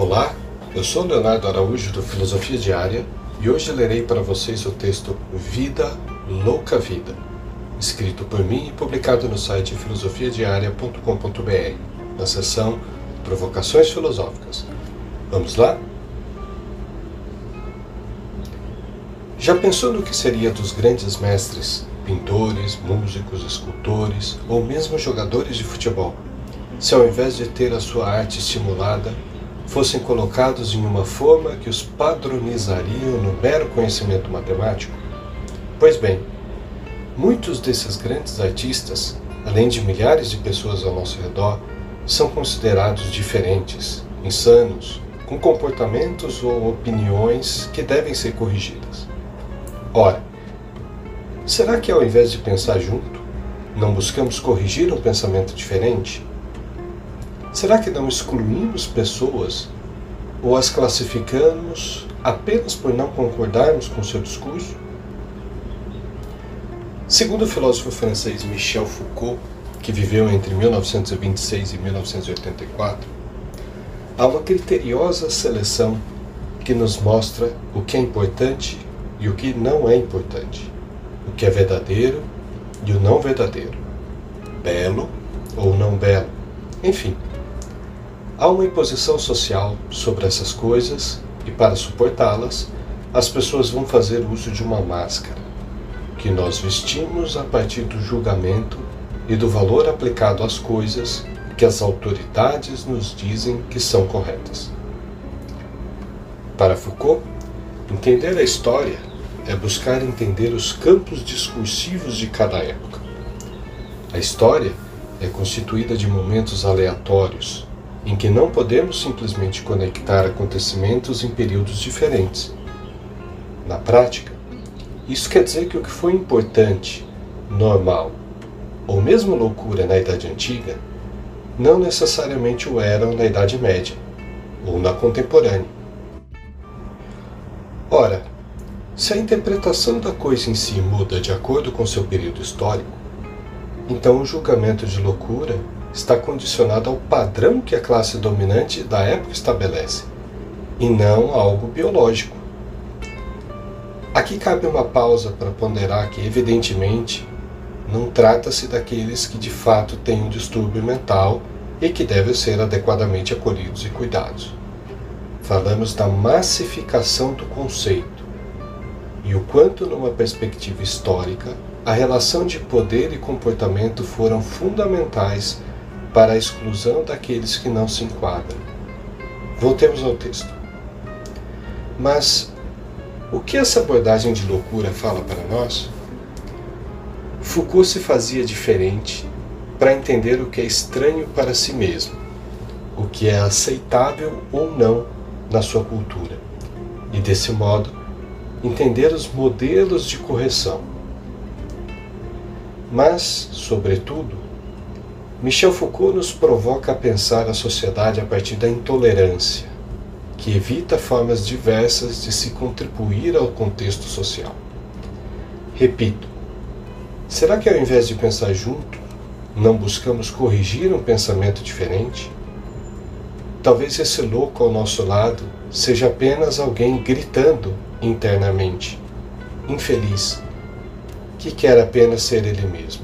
Olá, eu sou Leonardo Araújo do Filosofia Diária e hoje lerei para vocês o texto Vida, Louca Vida, escrito por mim e publicado no site filosofiadiaria.com.br, na seção Provocações Filosóficas. Vamos lá? Já pensou no que seria dos grandes mestres, pintores, músicos, escultores ou mesmo jogadores de futebol, se ao invés de ter a sua arte estimulada, fossem colocados em uma forma que os padronizariam no mero conhecimento matemático? Pois bem, muitos desses grandes artistas, além de milhares de pessoas ao nosso redor, são considerados diferentes, insanos, com comportamentos ou opiniões que devem ser corrigidas. Ora, será que ao invés de pensar junto, não buscamos corrigir um pensamento diferente? Será que não excluímos pessoas ou as classificamos apenas por não concordarmos com seu discurso? Segundo o filósofo francês Michel Foucault, que viveu entre 1926 e 1984, há uma criteriosa seleção que nos mostra o que é importante e o que não é importante, o que é verdadeiro e o não verdadeiro, belo ou não belo, enfim. Há uma imposição social sobre essas coisas e, para suportá-las, as pessoas vão fazer uso de uma máscara, que nós vestimos a partir do julgamento e do valor aplicado às coisas que as autoridades nos dizem que são corretas. Para Foucault, entender a história é buscar entender os campos discursivos de cada época. A história é constituída de momentos aleatórios, em que não podemos simplesmente conectar acontecimentos em períodos diferentes. Na prática, isso quer dizer que o que foi importante, normal ou mesmo loucura na Idade Antiga, não necessariamente o eram na Idade Média ou na contemporânea. Ora, se a interpretação da coisa em si muda de acordo com seu período histórico, então o julgamento de loucura está condicionado ao padrão que a classe dominante da época estabelece, e não a algo biológico. Aqui cabe uma pausa para ponderar que, evidentemente, não trata-se daqueles que de fato têm um distúrbio mental e que devem ser adequadamente acolhidos e cuidados. Falamos da massificação do conceito e o quanto, numa perspectiva histórica, a relação de poder e comportamento foram fundamentais para a exclusão daqueles que não se enquadram. Voltemos ao texto. Mas o que essa abordagem de loucura fala para nós? Foucault se fazia diferente para entender o que é estranho para si mesmo, o que é aceitável ou não na sua cultura, e desse modo entender os modelos de correção. Mas, sobretudo, Michel Foucault nos provoca a pensar a sociedade a partir da intolerância, que evita formas diversas de se contribuir ao contexto social. Repito, será que ao invés de pensar junto, não buscamos corrigir um pensamento diferente? Talvez esse louco ao nosso lado seja apenas alguém gritando internamente, infeliz, que quer apenas ser ele mesmo.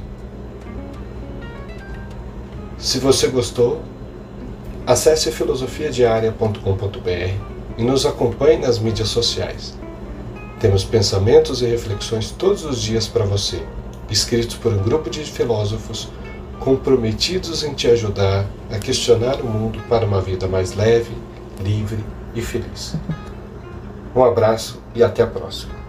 Se você gostou, acesse filosofiadiaria.com.br e nos acompanhe nas mídias sociais. Temos pensamentos e reflexões todos os dias para você, escritos por um grupo de filósofos comprometidos em te ajudar a questionar o mundo para uma vida mais leve, livre e feliz. Um abraço e até a próxima.